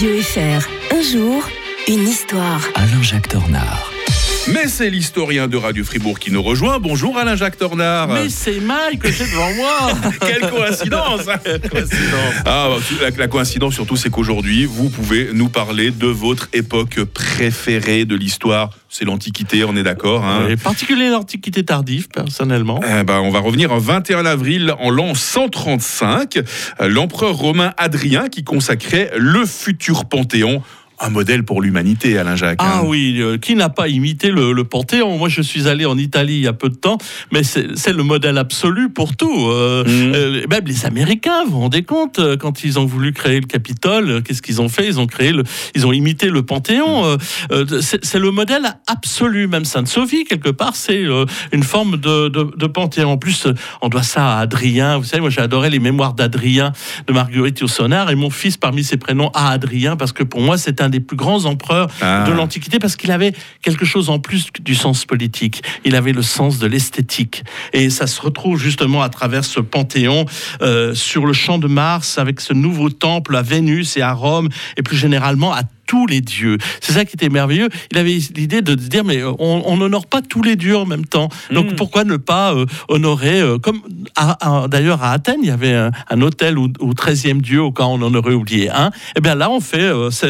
Radio FR, un jour, une histoire. Alain-Jacques Tornard. Mais c'est l'historien de Radio Fribourg qui nous rejoint. Bonjour Alain-Jacques Tornard. Mais c'est Mike que j'ai devant moi. Quelle coïncidence, hein. La coïncidence surtout, c'est qu'aujourd'hui, vous pouvez nous parler de votre époque préférée de l'histoire. C'est l'Antiquité, on est d'accord, hein. En particulier l'Antiquité tardive, personnellement. On va revenir en 21 avril, en l'an 135. L'empereur romain Hadrien qui consacrait le futur Panthéon. Un modèle pour l'humanité, Alain-Jacques. Oui, qui n'a pas imité le Panthéon? Moi, je suis allé en Italie il y a peu de temps, mais c'est le modèle absolu pour tout. Même les Américains, vous vous rendez compte, quand ils ont voulu créer le Capitole, qu'est-ce qu'ils ont fait? Ils ont imité le Panthéon. C'est le modèle absolu. Même Sainte-Sophie, quelque part, c'est une forme de Panthéon. En plus, on doit ça à Adrien. Vous savez, moi, j'ai adoré les mémoires d'Adrien, de Marguerite Yourcenar, et mon fils, parmi ses prénoms, a Adrien, parce que pour moi, c'est un des plus grands empereurs de l'Antiquité, parce qu'il avait quelque chose en plus du sens politique. Il avait le sens de l'esthétique. Et ça se retrouve justement à travers ce Panthéon, sur le champ de Mars, avec ce nouveau temple à Vénus et à Rome, et plus généralement à tous les dieux. C'est ça qui était merveilleux. Il avait l'idée de dire, mais on n'honore pas tous les dieux en même temps. Donc pourquoi ne pas honorer, comme d'ailleurs à Athènes, il y avait un hôtel au 13e dieu, au cas où on en aurait oublié un. Et bien là, on fait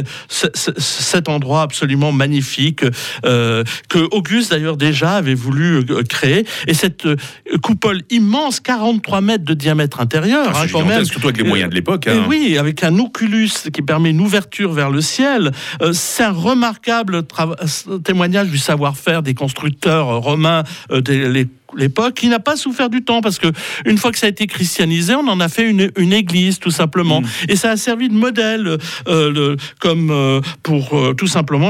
cet endroit absolument magnifique que Auguste d'ailleurs déjà avait voulu créer. Et cette coupole immense, 43 mètres de diamètre intérieur. C'est quand même, surtout avec les moyens de l'époque. Et oui, avec un oculus qui permet une ouverture vers le ciel. C'est un remarquable témoignage du savoir-faire des constructeurs romains de l'époque, qui n'a pas souffert du temps, parce que une fois que ça a été christianisé, on en a fait une église, tout simplement. Et ça a servi de modèle, comme pour tout simplement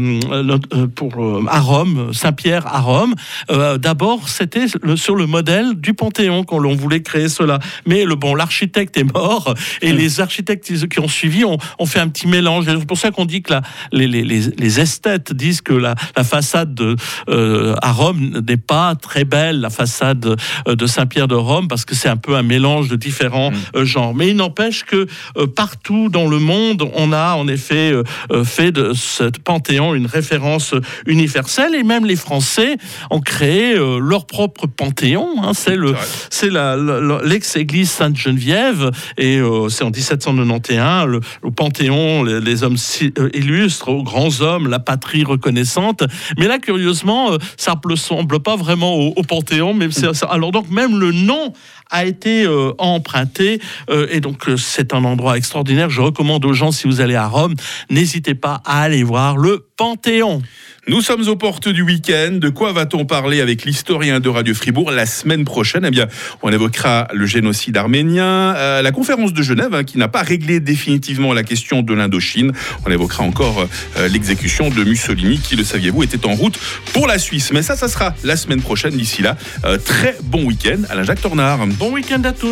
à Rome, Saint-Pierre à Rome. D'abord, c'était sur le modèle du Panthéon qu'on voulait créer cela. Mais l'architecte est mort, et les architectes qui ont suivi ont fait un petit mélange. C'est pour ça qu'on dit que les esthètes disent que la façade à Rome n'est pas très belle, la façade de Saint-Pierre de Rome, parce que c'est un peu un mélange de différents genres. Mais il n'empêche que partout dans le monde, on a en effet fait de ce Panthéon une référence universelle, et même les Français ont créé leur propre Panthéon. C'est l'ex-église Sainte-Geneviève, et c'est en 1791, le Panthéon, les hommes illustres, aux grands hommes, la patrie reconnaissante. Mais là, curieusement, ça ne ressemble pas vraiment au Panthéon. Mais alors donc même le nom a été emprunté, et donc c'est un endroit extraordinaire. Je recommande aux gens, si vous allez à Rome, n'hésitez pas à aller voir le Panthéon. Nous sommes aux portes du week-end. De quoi va-t-on parler avec l'historien de Radio Fribourg la semaine prochaine? On évoquera le génocide arménien, la conférence de Genève, qui n'a pas réglé définitivement la question de l'Indochine. On évoquera encore l'exécution de Mussolini, qui, le saviez-vous, était en route pour la Suisse. Mais ça sera la semaine prochaine. D'ici là, très bon week-end. Alain-Jacques Tornard. Bon week-end à tous.